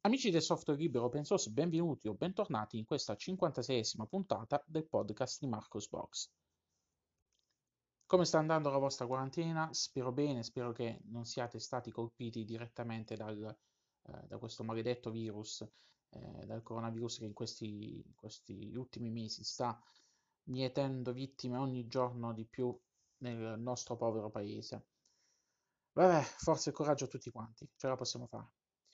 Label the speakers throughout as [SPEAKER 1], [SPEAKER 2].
[SPEAKER 1] Amici del software libero open source, benvenuti o bentornati in questa 56esima puntata del podcast di Marcos Box. Come sta andando la vostra quarantena? Spero bene, spero che non siate stati colpiti direttamente da questo maledetto virus, dal coronavirus che in questi ultimi mesi sta mietendo vittime ogni giorno di più nel nostro povero paese. Vabbè, forza e coraggio a tutti quanti, ce la possiamo fare.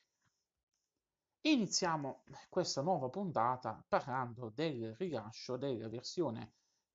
[SPEAKER 1] Iniziamo questa nuova puntata parlando del rilascio della versione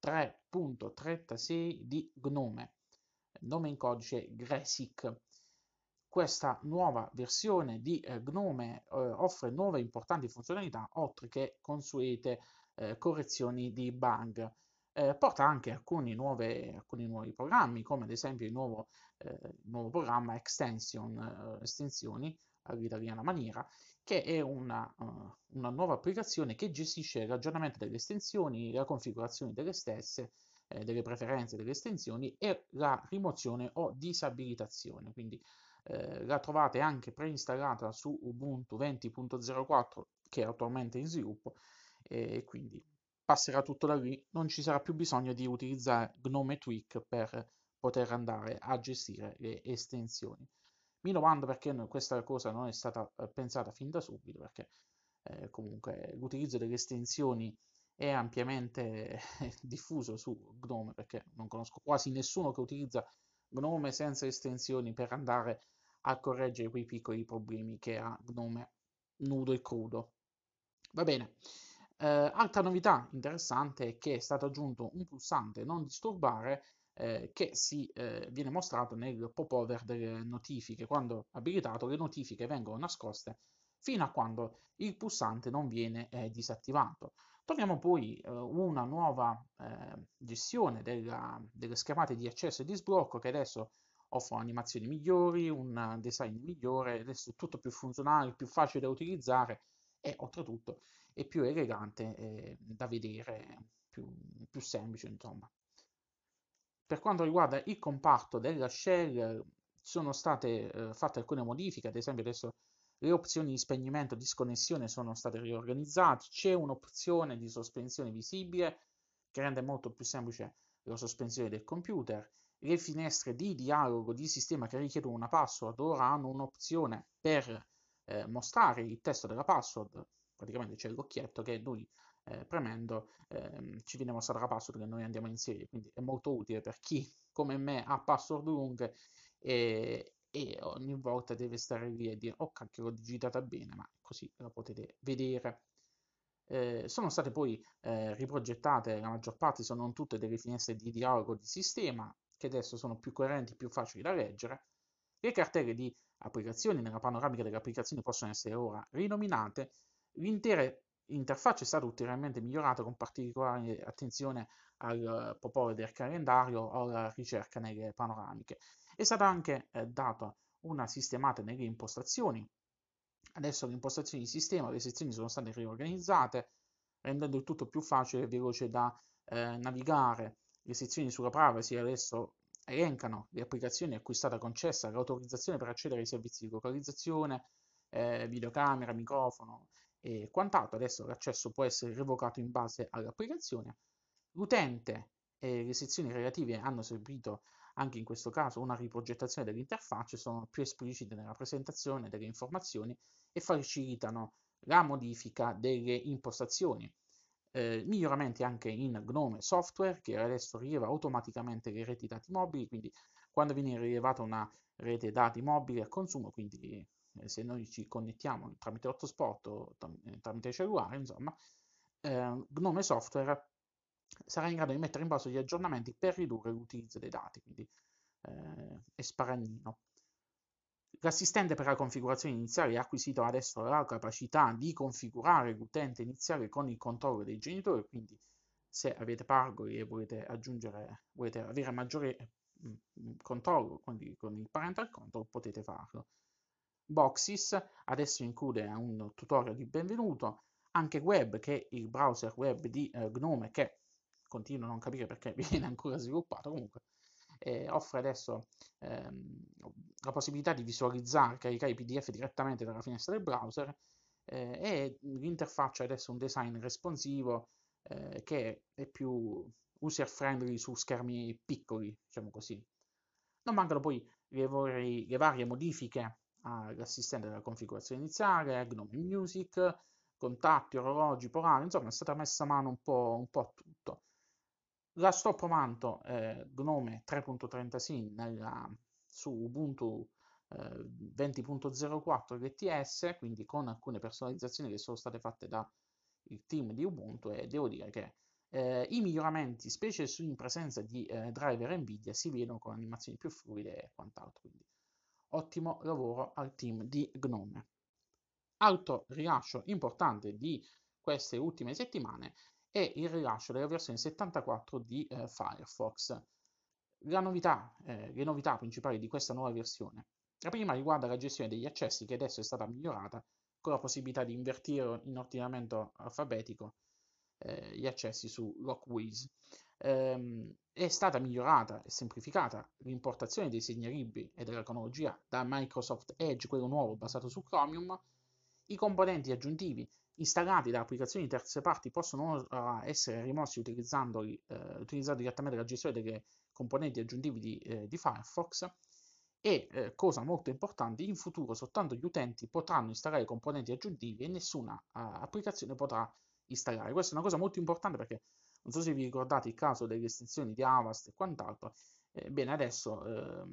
[SPEAKER 1] 3.36 di Gnome, nome in codice Gresic. Questa nuova versione di Gnome offre nuove importanti funzionalità, oltre che consuete correzioni di bug. Porta anche alcuni nuovi programmi, come ad esempio il nuovo programma estensioni all'italiana maniera, che è una nuova applicazione che gestisce il ragionamento delle estensioni, la configurazione delle stesse, delle preferenze delle estensioni e la rimozione o disabilitazione. Quindi la trovate anche preinstallata su Ubuntu 20.04 che è attualmente in sviluppo e quindi passerà tutto da lì, non ci sarà più bisogno di utilizzare Gnome Tweak per poter andare a gestire le estensioni. Mi domando perché questa cosa non è stata pensata fin da subito, perché comunque l'utilizzo delle estensioni è ampiamente diffuso su Gnome, perché non conosco quasi nessuno che utilizza Gnome senza estensioni per andare a correggere quei piccoli problemi che ha Gnome nudo e crudo. Va bene. Altra novità interessante è che è stato aggiunto un pulsante non disturbare che viene mostrato nel popover delle notifiche. Quando abilitato, le notifiche vengono nascoste fino a quando il pulsante non viene disattivato. Troviamo poi una nuova gestione delle schermate di accesso e di sblocco che adesso offrono animazioni migliori, un design migliore, adesso è tutto più funzionale, più facile da utilizzare e oltretutto è più elegante da vedere, più semplice, insomma. Per quanto riguarda il comparto della shell, sono state fatte alcune modifiche, ad esempio adesso le opzioni di spegnimento e disconnessione sono state riorganizzate, c'è un'opzione di sospensione visibile che rende molto più semplice la sospensione del computer, le finestre di dialogo di sistema che richiedono una password ora hanno un'opzione per mostrare il testo della password, praticamente c'è l'occhietto che noi premendo ci viene mostrata la password che noi andiamo a inserire, quindi è molto utile per chi come me ha password lunghe e ogni volta deve stare lì e dire oh cacchio l'ho digitata bene, ma così la potete vedere. Sono state poi riprogettate, la maggior parte, se non tutte, delle finestre di dialogo di sistema, che adesso sono più coerenti, più facili da leggere. Le cartelle di applicazioni nella panoramica delle applicazioni possono essere ora rinominate. L'intera interfaccia è stata ulteriormente migliorata con particolare attenzione al popolo del calendario o alla ricerca nelle panoramiche. È stata anche data una sistemata nelle impostazioni. Adesso le impostazioni di sistema, le sezioni sono state riorganizzate, rendendo il tutto più facile e veloce da navigare. Le sezioni sulla privacy adesso elencano le applicazioni a cui è stata concessa l'autorizzazione per accedere ai servizi di localizzazione, videocamera, microfono e quant'altro. Adesso l'accesso può essere revocato in base all'applicazione. L'utente e le sezioni relative hanno servito anche in questo caso una riprogettazione dell'interfaccia, sono più esplicite nella presentazione delle informazioni e facilitano la modifica delle impostazioni. Miglioramenti anche in Gnome Software che adesso rileva automaticamente le reti dati mobili, quindi quando viene rilevata una rete dati mobile a consumo, quindi se noi ci connettiamo tramite hotspot o tramite cellulare, insomma, Gnome Software sarà in grado di mettere in pausa gli aggiornamenti per ridurre l'utilizzo dei dati, quindi è sparagnino. L'assistente per la configurazione iniziale ha acquisito adesso la capacità di configurare l'utente iniziale con il controllo dei genitori, quindi se avete pargoli e volete avere maggiore controllo, quindi con il parental control, potete farlo. Boxys adesso include un tutorial di benvenuto, anche Web, che è il browser web di Gnome, che continuo a non capire perché viene ancora sviluppato, comunque offre adesso la possibilità di visualizzare, caricare i PDF direttamente dalla finestra del browser e l'interfaccia adesso è un design responsivo che è più user friendly su schermi piccoli, diciamo così. Non mancano poi le varie modifiche all'assistente della configurazione iniziale, Gnome Music, contatti, orologi, polari, insomma è stata messa a mano un po' a tutto. La sto provando Gnome 3.36 su Ubuntu 20.04 LTS, quindi con alcune personalizzazioni che sono state fatte dal team di Ubuntu, e devo dire che i miglioramenti, specie in presenza di driver Nvidia, si vedono con animazioni più fluide e quant'altro, quindi ottimo lavoro al team di Gnome. Altro rilascio importante di queste ultime settimane è il rilascio della versione 74 di Firefox. Le novità principali di questa nuova versione. La prima riguarda la gestione degli accessi, che adesso è stata migliorata con la possibilità di invertire in ordinamento alfabetico gli accessi su Lockwiz. È stata migliorata e semplificata l'importazione dei segnalibri e della cronologia da Microsoft Edge, quello nuovo basato su Chromium. I componenti aggiuntivi installati da applicazioni di terze parti possono essere rimossi utilizzando direttamente la gestione delle componenti aggiuntivi di Firefox. E, cosa molto importante, in futuro soltanto gli utenti potranno installare componenti aggiuntivi e nessuna applicazione potrà installare. Questa è una cosa molto importante perché non so se vi ricordate il caso delle estensioni di Avast e quant'altro. Bene, adesso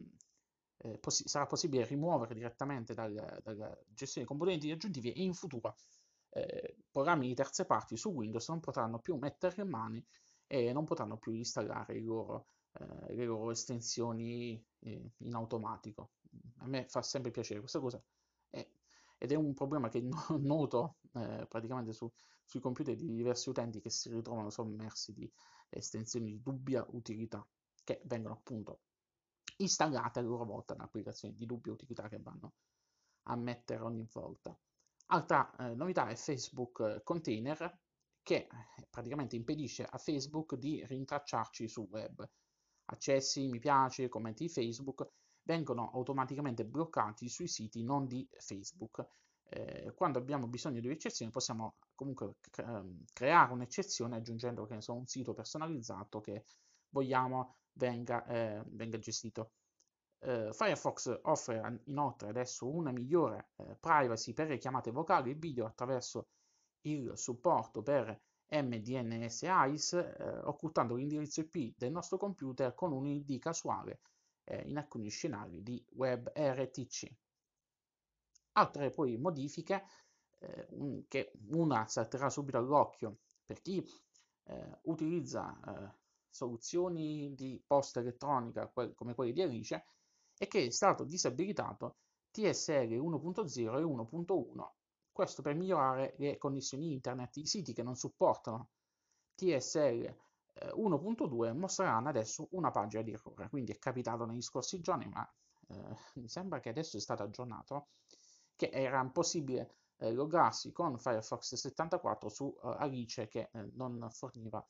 [SPEAKER 1] sarà possibile rimuovere direttamente dalla gestione dei componenti aggiuntivi, e in futuro programmi di terze parti su Windows non potranno più mettere in mani e non potranno più installare le loro estensioni in automatico. A me fa sempre piacere questa cosa, eh, ed è un problema che noto praticamente sui computer di diversi utenti che si ritrovano sommersi di estensioni di dubbia utilità, che vengono appunto installate a loro volta da applicazioni di dubbia utilità che vanno a mettere ogni volta. Altra novità è Facebook Container, che praticamente impedisce a Facebook di rintracciarci sul web. Accessi, mi piace, commenti di Facebook vengono automaticamente bloccati sui siti non di Facebook. Quando abbiamo bisogno di un'eccezione possiamo comunque creare un'eccezione aggiungendo, che ne so, un sito personalizzato che vogliamo venga gestito. Firefox offre inoltre adesso una migliore privacy per le chiamate vocali e video attraverso il supporto per MDNS ICE, occultando l'indirizzo IP del nostro computer con un ID casuale in alcuni scenari di WebRTC. Altre poi modifiche, che una salterà subito all'occhio per chi utilizza soluzioni di posta elettronica come quelle di Alice, è che è stato disabilitato TSL 1.0 e 1.1. Questo per migliorare le connessioni internet. I siti che non supportano TSL 1.2 mostreranno adesso una pagina di errore. Quindi è capitato negli scorsi giorni, ma mi sembra che adesso è stato aggiornato, che era impossibile logarsi con Firefox 74 su Alice, che non forniva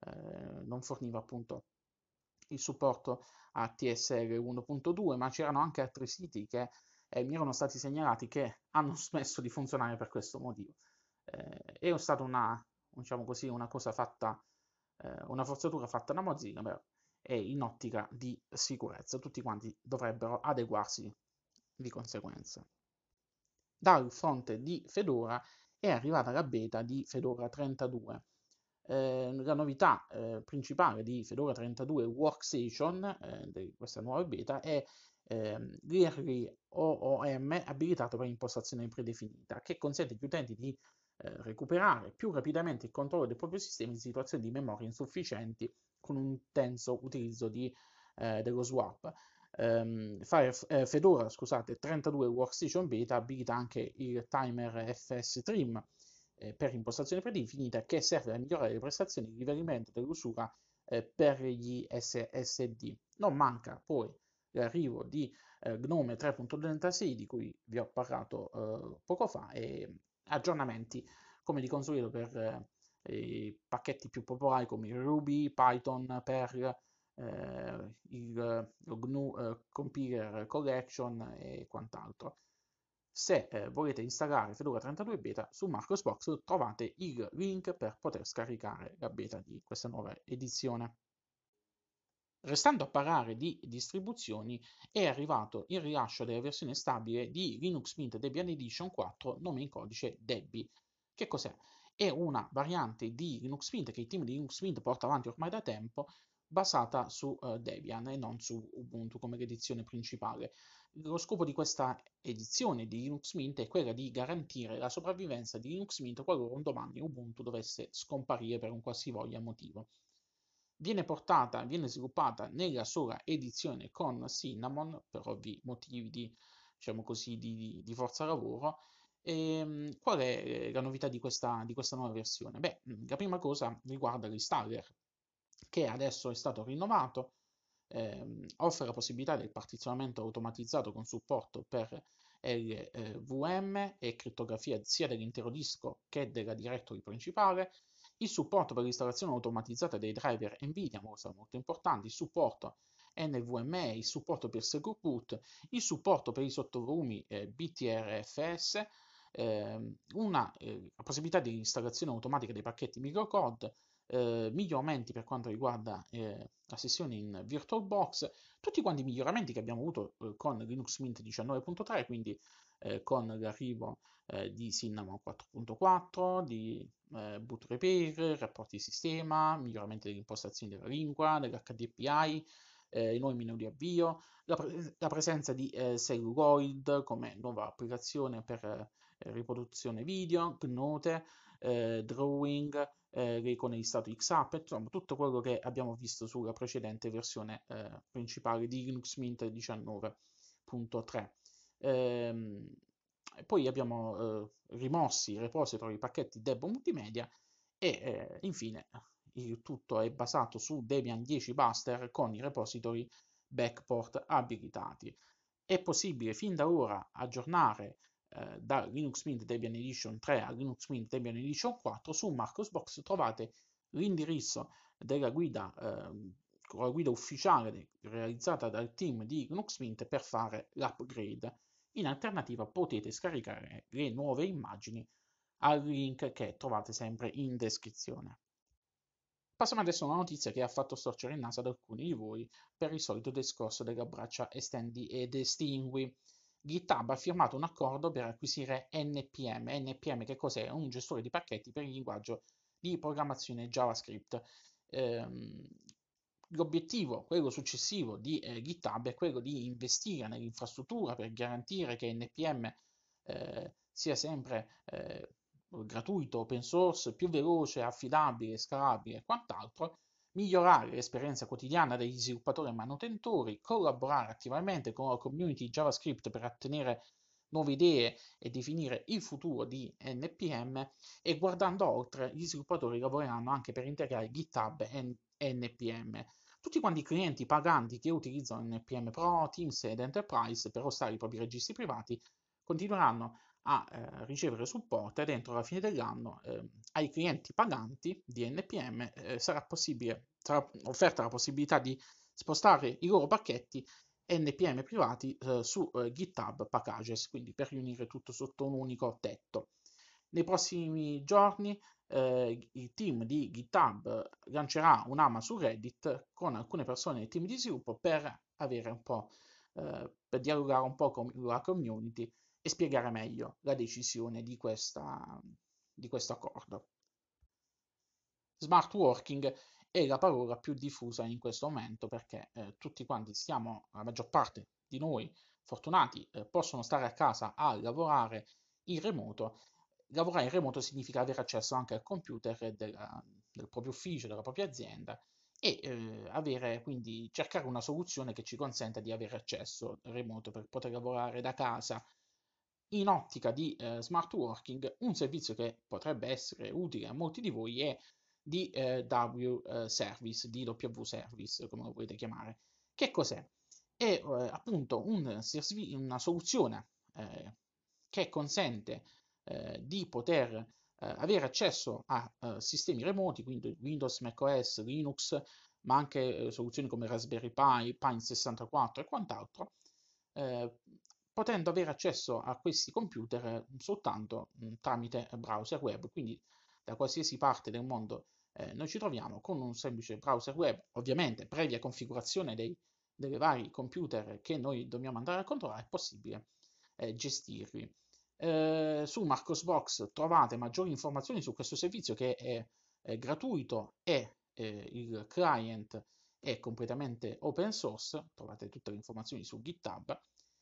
[SPEAKER 1] appunto il supporto a TSL 1.2, ma c'erano anche altri siti che mi erano stati segnalati che hanno smesso di funzionare per questo motivo. È stata diciamo così, una cosa fatta, una forzatura fatta da Mozilla, però è in ottica di sicurezza. Tutti quanti dovrebbero adeguarsi di conseguenza. Dal fronte di Fedora è arrivata la beta di Fedora 32. La novità principale di Fedora 32 Workstation, di questa nuova beta, è l'Early OOM abilitato per impostazione predefinita, che consente agli utenti di recuperare più rapidamente il controllo del proprio sistema in situazioni di memoria insufficienti con un intenso utilizzo dello swap. Fedora, scusate, 32 Workstation Beta abilita anche il timer FS Trim per impostazione predefinita, che serve a migliorare le prestazioni di riferimento dell'usura per gli SSD. Non manca poi l'arrivo di Gnome 3.36, di cui vi ho parlato poco fa, e aggiornamenti come di consueto per i pacchetti più popolari come Ruby, Python, Perl, lo GNU Compiler Collection e quant'altro. Se volete installare Fedora 32 Beta, su Marcosbox trovate il link per poter scaricare la beta di questa nuova edizione. Restando a parlare di distribuzioni, è arrivato il rilascio della versione stabile di Linux Mint Debian Edition 4, nome in codice Debian. Che cos'è? È una variante di Linux Mint che il team di Linux Mint porta avanti ormai da tempo, basata su Debian e non su Ubuntu come edizione principale. Lo scopo di questa edizione di Linux Mint è quella di garantire la sopravvivenza di Linux Mint qualora un domani Ubuntu dovesse scomparire per un qualsivoglia motivo. Viene sviluppata nella sola edizione con Cinnamon, per ovvi motivi di, diciamo così, di forza lavoro. Qual è la novità di questa nuova versione? Beh, la prima cosa riguarda l'installer, che adesso è stato rinnovato, offre la possibilità del partizionamento automatizzato con supporto per LVM e crittografia sia dell'intero disco che della directory principale, il supporto per l'installazione automatizzata dei driver NVIDIA, cosa molto importante, il supporto NVMe, il supporto per Secure Boot, il supporto per i sottovolumi BTRFS, la possibilità di installazione automatica dei pacchetti microcode, miglioramenti per quanto riguarda la sessione in VirtualBox, tutti quanti i miglioramenti che abbiamo avuto con Linux Mint 19.3, quindi con l'arrivo di Cinnamon 4.4, di boot repair, rapporti di sistema, miglioramenti delle impostazioni della lingua, dell'HDPI, i nuovi menu di avvio, la presenza di Celluloid come nuova applicazione per riproduzione video, note, drawing, le icone di stato XApp, insomma tutto quello che abbiamo visto sulla precedente versione principale di Linux Mint 19.3. Poi abbiamo rimossi i repository, i pacchetti Debo Multimedia e infine il tutto è basato su Debian 10 Buster con i repository backport abilitati. È possibile fin da ora aggiornare da Linux Mint Debian Edition 3 a Linux Mint Debian Edition 4. Su Marcosbox trovate l'indirizzo della guida, con la guida ufficiale realizzata dal team di Linux Mint per fare l'upgrade. In alternativa potete scaricare le nuove immagini al link che trovate sempre in descrizione. Passiamo adesso a una notizia che ha fatto storcere il naso ad alcuni di voi per il solito discorso della braccia estendi ed estingui. GitHub ha firmato un accordo per acquisire NPM. NPM che cos'è? Un gestore di pacchetti per il linguaggio di programmazione JavaScript. Ehm, L'obiettivo, quello successivo di GitHub, è quello di investire nell'infrastruttura per garantire che NPM sia sempre gratuito, open source, più veloce, affidabile, scalabile e quant'altro, migliorare l'esperienza quotidiana degli sviluppatori e manutentori, collaborare attivamente con la community JavaScript per ottenere nuove idee e definire il futuro di NPM e guardando oltre, gli sviluppatori lavoreranno anche per integrare GitHub e NPM. Tutti quanti i clienti paganti che utilizzano NPM Pro, Teams ed Enterprise per hostare i propri registri privati continueranno a ricevere supporto e entro la fine dell'anno ai clienti paganti di NPM sarà offerta la possibilità di spostare i loro pacchetti NPM privati su GitHub Packages, quindi per riunire tutto sotto un unico tetto. Nei prossimi giorni il team di GitHub lancerà un'AMA su Reddit con alcune persone del team di sviluppo per avere un po' per dialogare un po' con la community e spiegare meglio la decisione di questo accordo. Smart working è la parola più diffusa in questo momento perché tutti quanti la maggior parte di noi fortunati possono stare a casa a lavorare in remoto. Lavorare in remoto significa avere accesso anche al computer del proprio ufficio, della propria azienda e avere quindi cercare una soluzione che ci consenta di avere accesso remoto per poter lavorare da casa. In ottica di smart working, un servizio che potrebbe essere utile a molti di voi è DW Service, DW Service, come lo volete chiamare. Che cos'è? È appunto una soluzione che consente di poter avere accesso a sistemi remoti, quindi Windows, macOS, Linux, ma anche soluzioni come Raspberry Pi, Pine 64 e quant'altro, eh, potendo avere accesso a questi computer soltanto tramite browser web, quindi da qualsiasi parte del mondo noi ci troviamo con un semplice browser web, ovviamente previa configurazione dei vari computer che noi dobbiamo andare a controllare, è possibile gestirli. Su Marcosbox trovate maggiori informazioni su questo servizio che è gratuito e il client è completamente open source, trovate tutte le informazioni su GitHub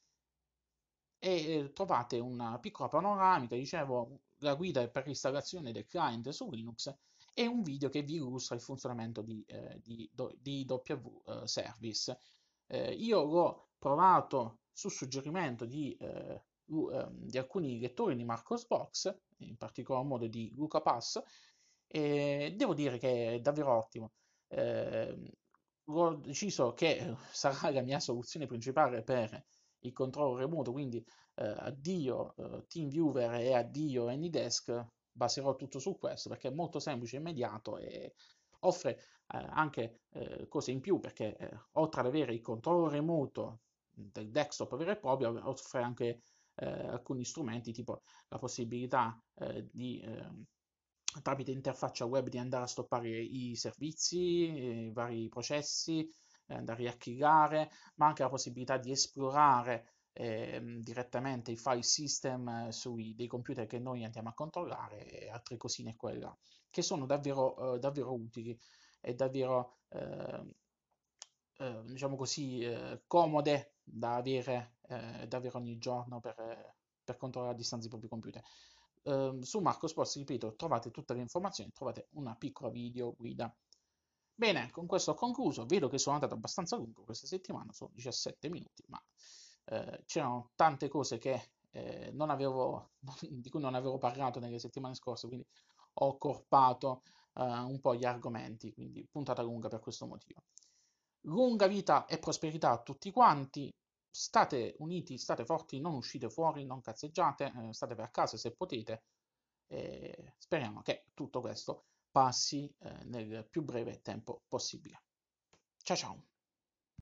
[SPEAKER 1] e trovate una piccola panoramica, dicevo, la guida per l'installazione del client su Linux e un video che vi illustra il funzionamento di W Service. Io l'ho provato su suggerimento di alcuni lettori di Marcosbox, in particolar modo di Luca Pass, e devo dire che è davvero ottimo. Eh, Ho deciso che sarà la mia soluzione principale per il controllo remoto, quindi addio TeamViewer e addio AnyDesk, baserò tutto su questo perché è molto semplice e immediato e offre anche cose in più perché oltre ad avere il controllo remoto del desktop vero e proprio, offre anche alcuni strumenti tipo la possibilità tramite interfaccia web di andare a stoppare i servizi, i vari processi, andare a riarchivare, ma anche la possibilità di esplorare direttamente i file system dei computer che noi andiamo a controllare e altre cosine quella, che sono davvero utili e diciamo così, comode da avere ogni giorno per controllare a distanza i propri computer. Su Marco Sports, ripeto, trovate tutte le informazioni, trovate una piccola video guida. Bene, con questo ho concluso. Vedo che sono andato abbastanza lungo questa settimana, sono 17 minuti, ma c'erano tante cose che di cui non avevo parlato nelle settimane scorse, quindi ho accorpato un po' gli argomenti, quindi puntata lunga per questo motivo. Lunga vita e prosperità a tutti quanti. State uniti, state forti, non uscite fuori, non cazzeggiate, statevi a casa se potete. E speriamo che tutto questo passi nel più breve tempo possibile. Ciao ciao!